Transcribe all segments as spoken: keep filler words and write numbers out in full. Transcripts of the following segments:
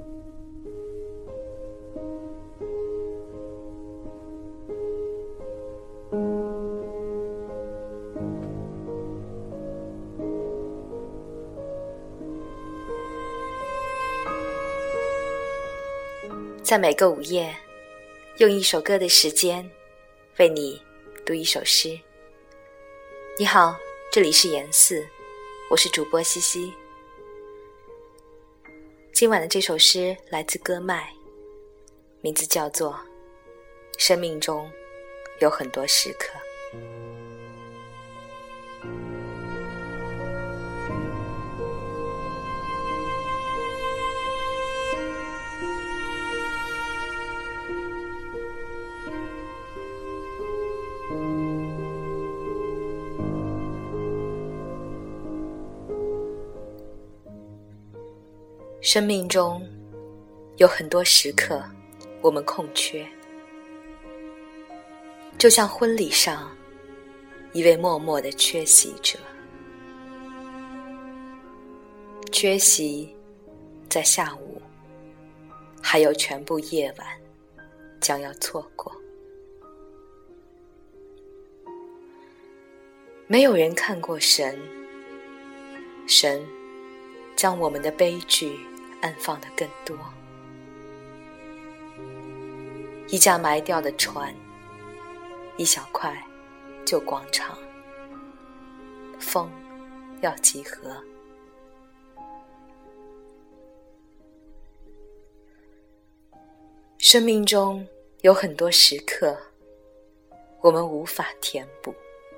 在每个午夜，用一首歌的时间为你读一首诗。你好，这里是言四，我是主播西西。今晚的这首诗来自歌麦，名字叫做《生命中有很多时刻》。生命中有很多时刻我们空缺，就像婚礼上一位默默的缺席者，缺席在下午，还有全部夜晚将要错过。没有人看过神，神将我们的悲剧安放得更多。一架埋掉的船，一小块旧广场，风要集合。生命中有很多时刻我们无法填补，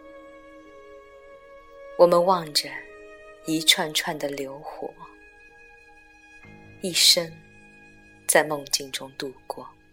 我们望着一串串的流火，一生在梦境中度过。